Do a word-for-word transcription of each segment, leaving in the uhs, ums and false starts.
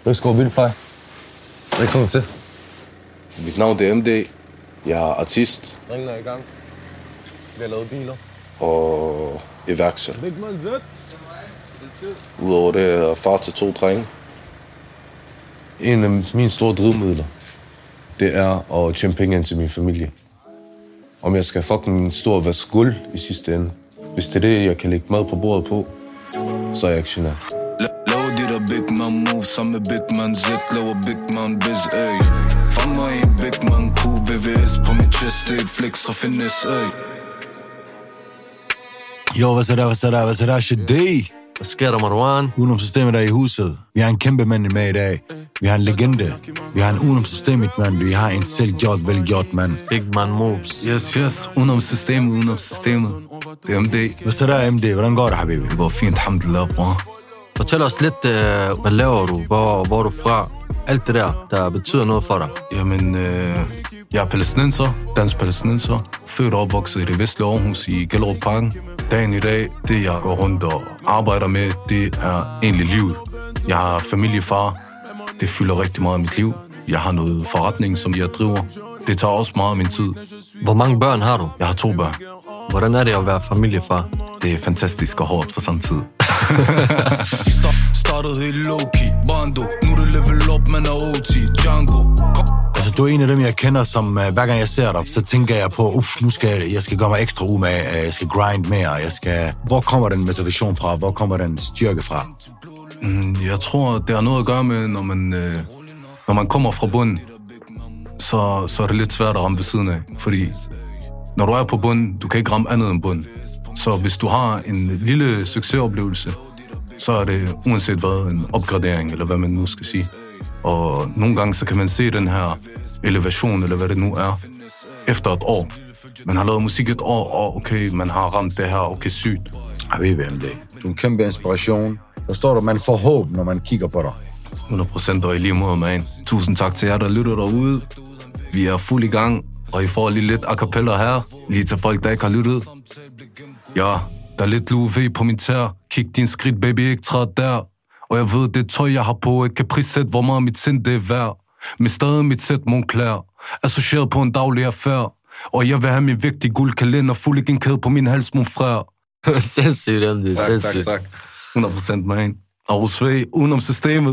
Rigsgaard Vildfly. Velkommen til. Mit navn er M D. Jeg er artist. Ringen er i gang. Vi har lavet biler. Og iværksætter. Big man zet. Udover det er jeg far til to drenge. En af mine store drivmidler, det er at tjene penge ind til min familie. Om jeg skal fucking stå og være skuld i sidste ende. Hvis det er det, jeg kan lægge mad på bordet på, så er jeg aktionær. Lav de der big man moves, sammen med big man zet, laver big man biz, ey. Fang mig en big man Q, B V S på min chest, det er et flex og finesse, ey. Jo, hvad så der, hvad så der, hvad så der, shit, Hvad sker der, Marwan? Udenomsystemet er i huset. Vi har en kæmpe mand med i dag. Vi har en legende. Vi har en udenomsystemet mand. Vi har en selvgjort, velgjort mand. Big man moves. Yes, yes, udenomsystemet, udenomsystemet. Det er M D. Hvad så der, M D? Hvordan går det, habibi? Det går fint, alhamdulillah, bror. Fortæl os lidt, uh, hvad laver du? Hvor, hvor er du fra? Alt det der, der betyder noget for dig. Jamen, øh, jeg er palæstinenser, dansk palæstinenser. Født og opvokset i det vestlige Aarhus i Gellerup Parken. Dagen i dag, det jeg går rundt og arbejder med, det er egentlig livet. Jeg er familiefar. Det fylder rigtig meget af mit liv. Jeg har noget forretning, som jeg driver. Det tager også meget af min tid. Hvor mange børn har du? Jeg har to børn. Hvordan er det at være familiefar? Det er fantastisk og hårdt for samme tid. Startede helt low-key, Bando. Nu er det level up, man er O T, Django. Altså, du er en af dem, jeg kender, som uh, hver gang jeg ser dig, så tænker jeg på, uff, nu skal jeg, jeg skal gøre mig ekstra umage, uh, jeg skal grind mere, jeg skal... Hvor kommer den motivation fra? Hvor kommer den styrke fra? Mm, jeg tror, det har noget at gøre med, når man, øh, når man kommer fra bunden, så, så er det lidt svært at ramme ved siden af. Fordi når du er på bunden, du kan ikke ramme andet end bunden. Så hvis du har en lille succesoplevelse, så er det uanset hvad, en opgradering, eller hvad man nu skal sige. Og nogle gange så kan man se den her elevation, eller hvad det nu er, efter et år. Man har lavet musik et år, og okay, man har ramt det her, okay, sygt. Jeg ved, hvem det er. Du er en kæmpe inspiration. Der står der, man får håb, når man kigger på dig. hundrede procent og i lige måde, man. Tusind tak til jer, der lytter derude. Vi er fuld i gang, og I får lige lidt a cappella her, lige til folk, der ikke har lyttet. Ja, der er lidt Louis V på min tær. Kig din skridt, baby, ikke træt der. Og jeg ved, det tøj, jeg har på, ikke kan prissætte, hvor meget mit sind det er værd. Men stadig mit sæt Moncler, associeret på en daglig affære. Og jeg vil have min vigtige guldkalender fuld i en kæde på min hals, mon frère. Sindssygt, jamen det er sindssygt. Tak, tak, tak. hundrede procent, man. Aarhus V, udenom systemet.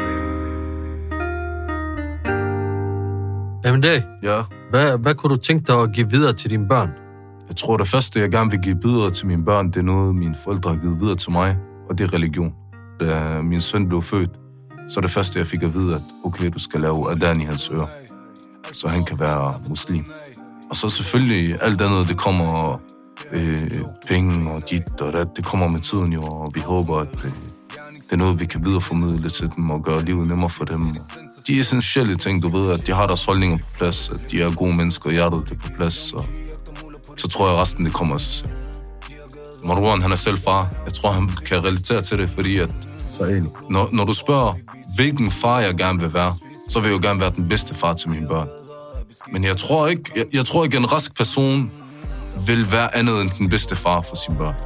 Jamen det, Ja. hvad, hvad kunne du tænke dig at give videre til dine børn? Jeg tror, det første, jeg gerne vil give videre til mine børn, det er noget, mine forældre har givet videre til mig, og det er religion. Da min søn blev født, så det første, jeg fik at vide, at okay, du skal lave adhan i hans ører, så han kan være muslim. Og så selvfølgelig alt andet, det kommer øh, penge og dit og dat, det kommer med tiden jo, og vi håber, at øh, det er noget, vi kan videreformidle til dem og gøre livet nemmere for dem. De essentielle ting, du ved, at de har deres holdninger på plads, at de er gode mennesker, og hjertet det er på plads, og så tror jeg, at resten det kommer af sig selv. Marwan, han er selv far. Jeg tror, han kan relatere til det, fordi at Så enig. når, når du spørger, hvilken far jeg gerne vil være, så vil jeg jo gerne være den bedste far til mine børn. Men jeg tror ikke, jeg, jeg tror ikke en rask person vil være andet end den bedste far for sine børn.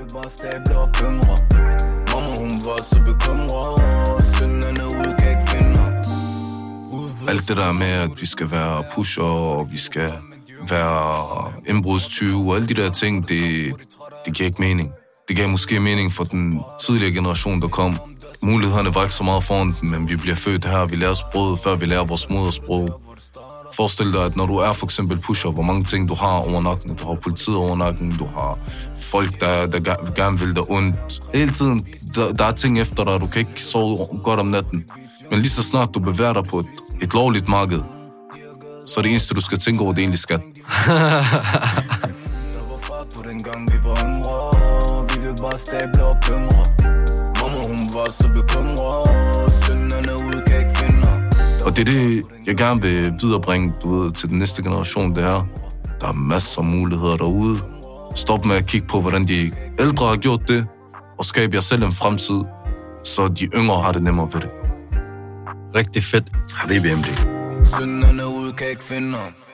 Alt det der med, at vi skal være pusher, og vi skal være indbrudstyve, og alle de der ting, det, det giver ikke mening. Det gav måske mening for den tidligere generation, der kom. Mulighederne var ikke så meget foran dem, men vi bliver født her, vi lærer sproget, før vi lærer vores modersprog. Forestil dig, at når du er for eksempel pusher, hvor mange ting du har over nakken. Du har politiet over nakken, du har folk, der, der gerne vil dig ondt. Hele tiden, der, der er ting efter dig, du kan ikke sove godt om natten. Men lige så snart du bevæger dig på et, et lovligt marked, så er det eneste, du skal tænke over, det er egentlig skat. Og det er det, jeg gerne vil viderebringe, du ved, til den næste generation, det her. Der er masser af muligheder derude. Stop med at kigge på, hvordan de ældre har gjort det, og skab jer selv en fremtid, så de yngre har det nemmere ved det. Rigtig fedt. Har vi B M D? Synderne ude kan ikke finde ham.